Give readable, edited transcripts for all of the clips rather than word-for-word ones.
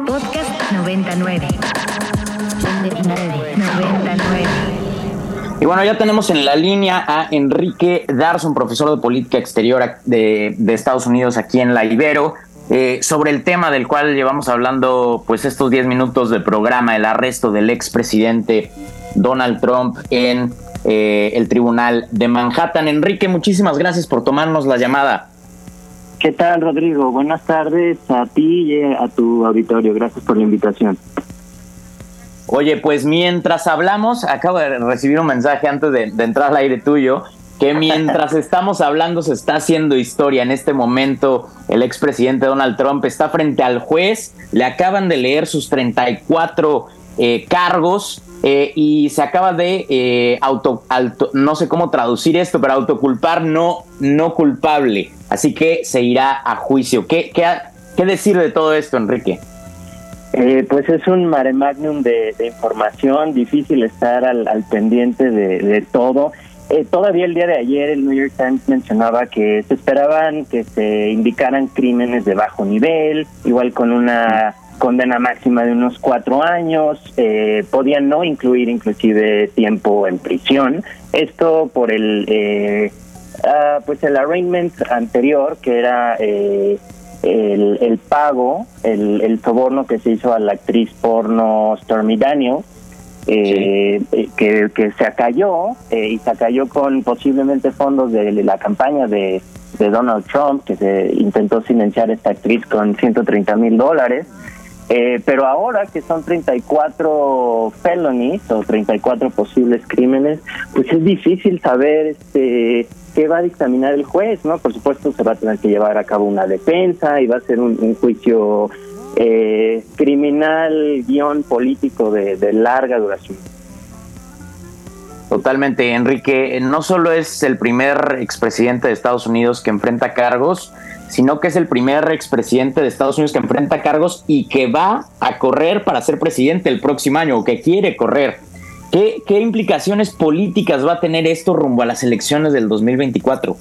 Podcast 99. 99. Y bueno, ya tenemos en la línea a Enrique Darson, profesor de política exterior de Estados Unidos aquí en la Ibero, sobre el tema del cual llevamos hablando pues estos 10 minutos de programa, el arresto del expresidente Donald Trump en el Tribunal de Manhattan. Enrique, muchísimas gracias por tomarnos la llamada. ¿Qué tal, Rodrigo? Buenas tardes a ti y a tu auditorio. Gracias por la invitación. Oye, pues mientras hablamos, acabo de recibir un mensaje antes de entrar al aire tuyo, que mientras estamos hablando se está haciendo historia. En este momento el expresidente Donald Trump está frente al juez, le acaban de leer sus 34 cargos y se acaba de no sé cómo traducir esto, pero autoculpar no culpable. Así que se irá a juicio. ¿Qué decir de todo esto, Enrique? Pues es un mare magnum de información, difícil estar al pendiente de todo. Todavía el día de ayer el New York Times mencionaba que se esperaban que se indicaran crímenes de bajo nivel, igual con una condena máxima de unos 4 años, podían no incluir inclusive tiempo en prisión. Esto por el arraignment anterior, que era el pago, el soborno que se hizo a la actriz porno Stormy Daniels, que se acalló y se acalló con posiblemente fondos de la campaña de Donald Trump, que se intentó silenciar a esta actriz con $130,000. Pero ahora que son 34 felonies o 34 posibles crímenes, pues es difícil saber qué va a dictaminar el juez, ¿no? Por supuesto se va a tener que llevar a cabo una defensa y va a ser un juicio criminal político de larga duración. Totalmente, Enrique. No solo es el primer expresidente de Estados Unidos que enfrenta cargos, sino que es el primer expresidente de Estados Unidos que enfrenta cargos y que va a correr para ser presidente el próximo año, o que quiere correr. ¿Qué implicaciones políticas va a tener esto rumbo a las elecciones del 2024?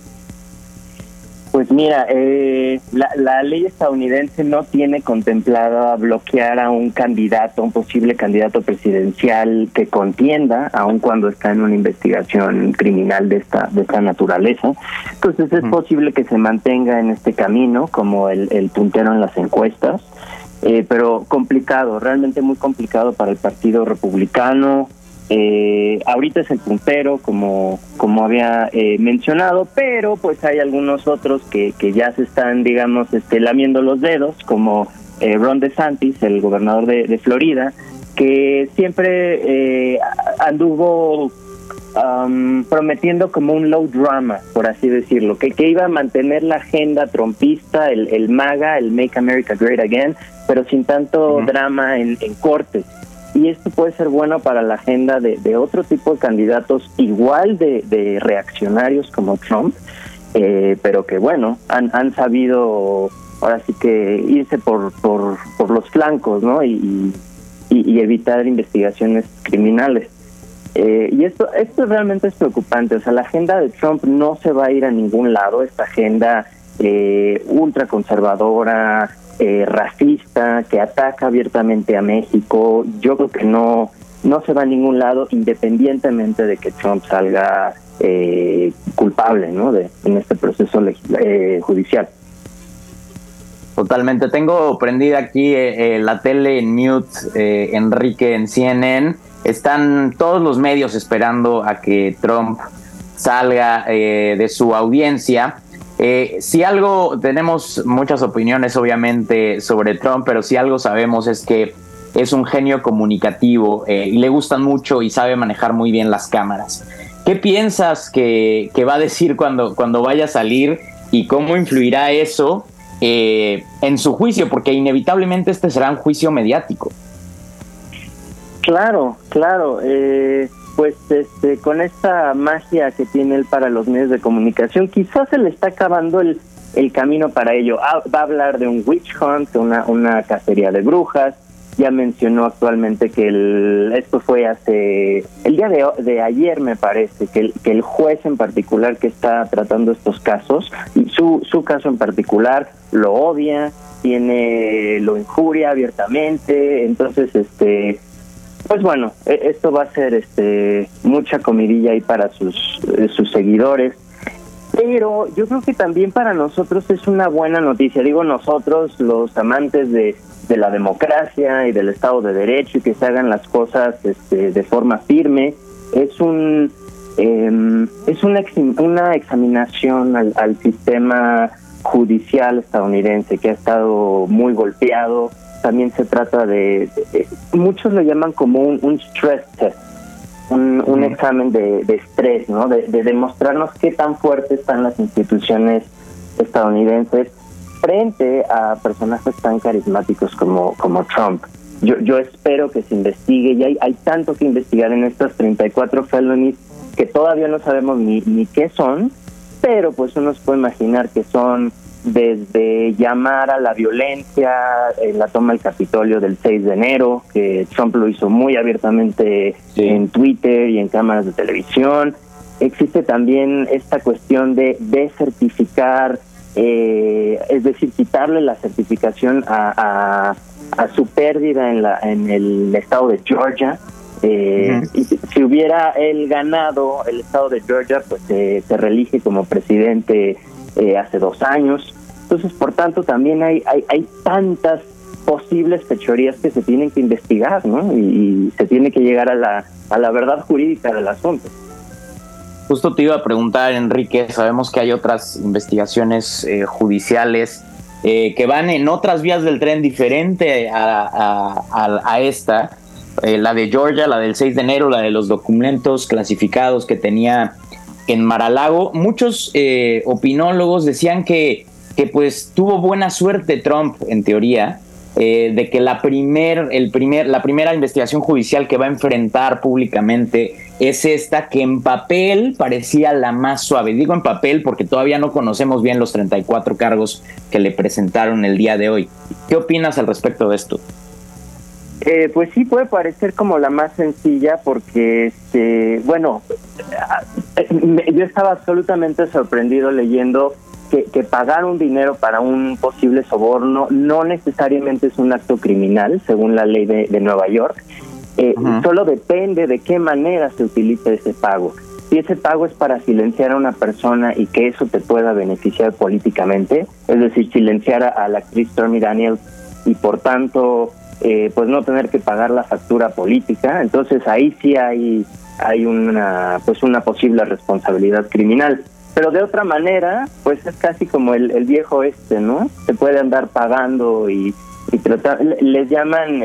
Pues mira, la ley estadounidense no tiene contemplada bloquear a un posible candidato presidencial que contienda, aun cuando está en una investigación criminal de esta naturaleza. Entonces es posible que se mantenga en este camino como el puntero en las encuestas, pero complicado, realmente muy complicado para el Partido Republicano. Ahorita es el puntero, como había mencionado, pero pues hay algunos otros que ya se están, digamos, lamiendo los dedos, como Ron DeSantis, el gobernador de Florida, que siempre anduvo prometiendo como un low drama, por así decirlo, que iba a mantener la agenda trumpista, el MAGA, el Make America Great Again, pero sin tanto drama en cortes. Y esto puede ser bueno para la agenda de otro tipo de candidatos igual de reaccionarios como Trump, pero que bueno, han sabido ahora sí que irse por los flancos, ¿no? Y evitar investigaciones criminales. Y esto realmente es preocupante. O sea, la agenda de Trump no se va a ir a ningún lado. Esta agenda ultraconservadora, racista, que ataca abiertamente a México, yo creo que no se va a ningún lado, independientemente de que Trump salga culpable, ¿no? En este proceso judicial. Totalmente. Tengo prendida aquí la tele en mute, Enrique, en CNN. Están todos los medios esperando a que Trump salga de su audiencia. Si algo, tenemos muchas opiniones obviamente sobre Trump, pero si algo sabemos es que es un genio comunicativo y le gustan mucho y sabe manejar muy bien las cámaras. ¿Qué piensas que va a decir cuando vaya a salir y cómo influirá eso en su juicio? Porque inevitablemente este será un juicio mediático. Claro. Pues con esta magia que tiene él para los medios de comunicación, quizás se le está acabando el camino para ello. Va a hablar de un witch hunt, una cacería de brujas. Ya mencionó actualmente que esto fue el día de ayer, me parece, que el juez en particular que está tratando estos casos, y su caso en particular, lo odia, lo injuria abiertamente. Entonces, pues bueno, esto va a ser mucha comidilla ahí para sus seguidores. Pero yo creo que también para nosotros es una buena noticia. Digo nosotros, los amantes de la democracia y del Estado de Derecho, y que se hagan las cosas de forma firme. Es una examinación al sistema judicial estadounidense, que ha estado muy golpeado. También se trata de muchos lo llaman como un stress test, un examen de estrés, ¿no? De demostrarnos qué tan fuertes están las instituciones estadounidenses frente a personajes tan carismáticos como Trump. Yo espero que se investigue, y hay tanto que investigar en estas 34 felonies que todavía no sabemos ni qué son, pero pues uno se puede imaginar que son desde llamar a la violencia en la toma del Capitolio del 6 de enero, que Trump lo hizo muy abiertamente en Twitter y en cámaras de televisión. Existe también esta cuestión de decertificar, es decir, quitarle la certificación a su pérdida en el estado de Georgia. Y si hubiera él ganado el estado de Georgia, pues se reelige como presidente hace 2 años. Entonces, por tanto, también hay tantas posibles fechorías que se tienen que investigar, ¿no? Y se tiene que llegar a la verdad jurídica del asunto. Justo te iba a preguntar, Enrique, sabemos que hay otras investigaciones judiciales que van en otras vías del tren diferente a esta, la de Georgia, la del 6 de enero, la de los documentos clasificados que tenía en Mar-a-Lago. Muchos opinólogos decían que pues tuvo buena suerte Trump, en teoría, de que la primera investigación judicial que va a enfrentar públicamente es esta, que en papel parecía la más suave. Digo en papel porque todavía no conocemos bien los 34 cargos que le presentaron el día de hoy. ¿Qué opinas al respecto de esto? Pues sí, puede parecer como la más sencilla porque, bueno, yo estaba absolutamente sorprendido leyendo que pagar un dinero para un posible soborno no necesariamente es un acto criminal, según la ley de Nueva York. Solo depende de qué manera se utilice ese pago. Si ese pago es para silenciar a una persona y que eso te pueda beneficiar políticamente, es decir, silenciar a la actriz Stormy Daniels y por tanto pues no tener que pagar la factura política, entonces ahí sí hay una posible responsabilidad criminal. Pero de otra manera, pues es casi como el viejo ¿no? Se puede andar pagando y tratar, les llaman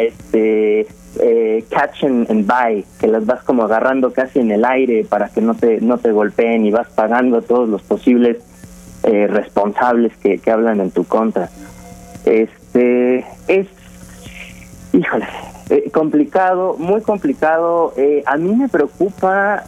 catch and buy, que las vas como agarrando casi en el aire para que no te golpeen, y vas pagando a todos los posibles responsables que hablan en tu contra. Híjole, complicado, muy complicado. A mí me preocupa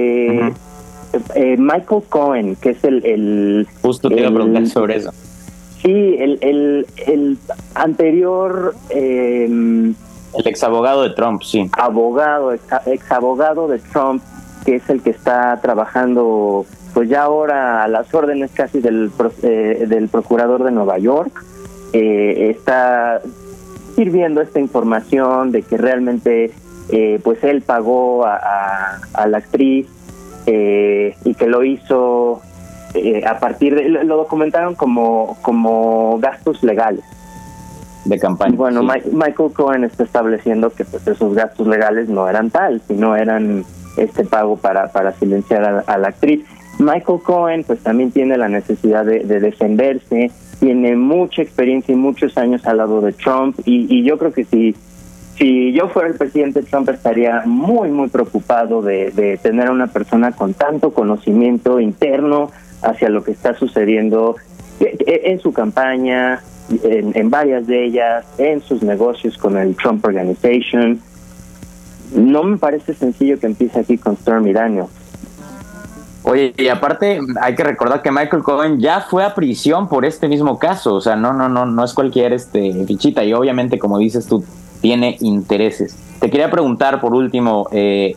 Michael Cohen, que es el justo te iba a preguntar sobre eso. Sí, el anterior el ex abogado de Trump, sí. Ex abogado de Trump, que es el que está trabajando pues ya ahora a las órdenes casi del procurador de Nueva York. Está sirviendo esta información de que realmente pues él pagó a la actriz y que lo hizo a partir de, lo documentaron como gastos legales de campaña. Y bueno, sí. Michael Cohen está estableciendo que pues esos gastos legales no eran tal, sino eran este pago para silenciar a la actriz. Michael Cohen pues también tiene la necesidad de defenderse, tiene mucha experiencia y muchos años al lado de Trump, y yo creo que si yo fuera el presidente Trump estaría muy, muy preocupado de tener a una persona con tanto conocimiento interno hacia lo que está sucediendo en su campaña, en varias de ellas, en sus negocios con el Trump Organization. No me parece sencillo que empiece aquí con Stormy Daniels. Oye, y aparte hay que recordar que Michael Cohen ya fue a prisión por este mismo caso, o sea, no es cualquier fichita, y obviamente, como dices tú, tiene intereses. Te quería preguntar por último,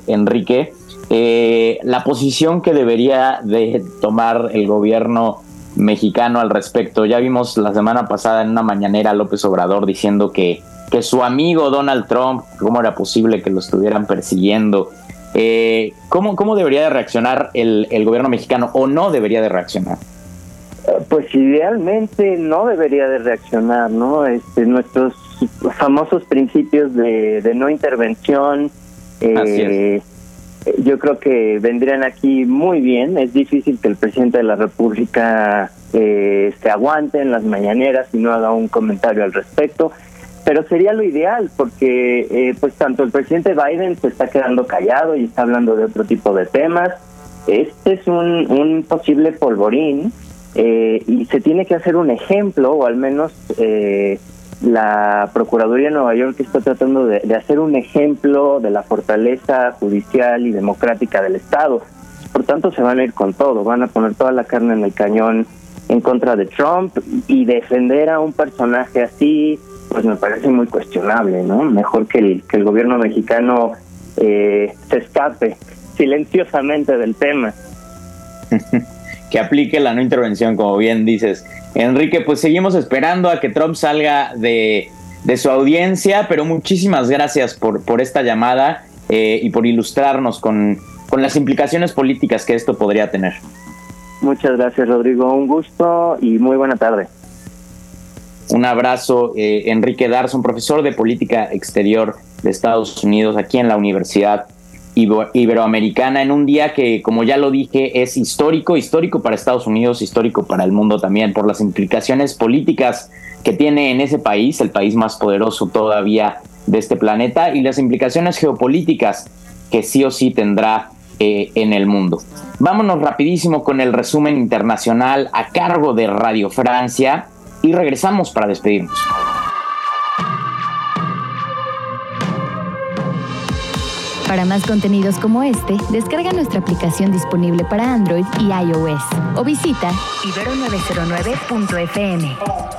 Enrique, la posición que debería de tomar el gobierno mexicano al respecto. Ya vimos la semana pasada en una mañanera a López Obrador diciendo que su amigo Donald Trump, ¿cómo era posible que lo estuvieran persiguiendo? ¿Cómo debería de reaccionar el gobierno mexicano o no debería de reaccionar? Pues idealmente no debería de reaccionar, ¿no? Nuestros famosos principios de no intervención, yo creo que vendrían aquí muy bien. Es difícil que el presidente de la República se aguante en las mañaneras y no haga un comentario al respecto, pero sería lo ideal porque pues tanto el presidente Biden se está quedando callado y está hablando de otro tipo de temas. Este es un posible polvorín y se tiene que hacer un ejemplo, o al menos la Procuraduría de Nueva York está tratando de hacer un ejemplo de la fortaleza judicial y democrática del Estado. Por tanto, se van a ir con todo, van a poner toda la carne en el cañón en contra de Trump, y defender a un personaje así, pues me parece muy cuestionable, ¿no? Mejor que el gobierno mexicano se escape silenciosamente del tema. Que aplique la no intervención, como bien dices. Enrique, pues seguimos esperando a que Trump salga de su audiencia, pero muchísimas gracias por esta llamada y por ilustrarnos con las implicaciones políticas que esto podría tener. Muchas gracias, Rodrigo. Un gusto y muy buena tarde. Un abrazo, Enrique Darson, profesor de Política Exterior de Estados Unidos aquí en la Universidad Iberoamericana, en un día que, como ya lo dije, es histórico para Estados Unidos, histórico para el mundo también, por las implicaciones políticas que tiene en ese país, el país más poderoso todavía de este planeta, y las implicaciones geopolíticas que sí o sí tendrá en el mundo. Vámonos rapidísimo con el resumen internacional a cargo de Radio Francia y regresamos para despedirnos. Para más contenidos como este, descarga nuestra aplicación disponible para Android y iOS o visita ibero909.fm.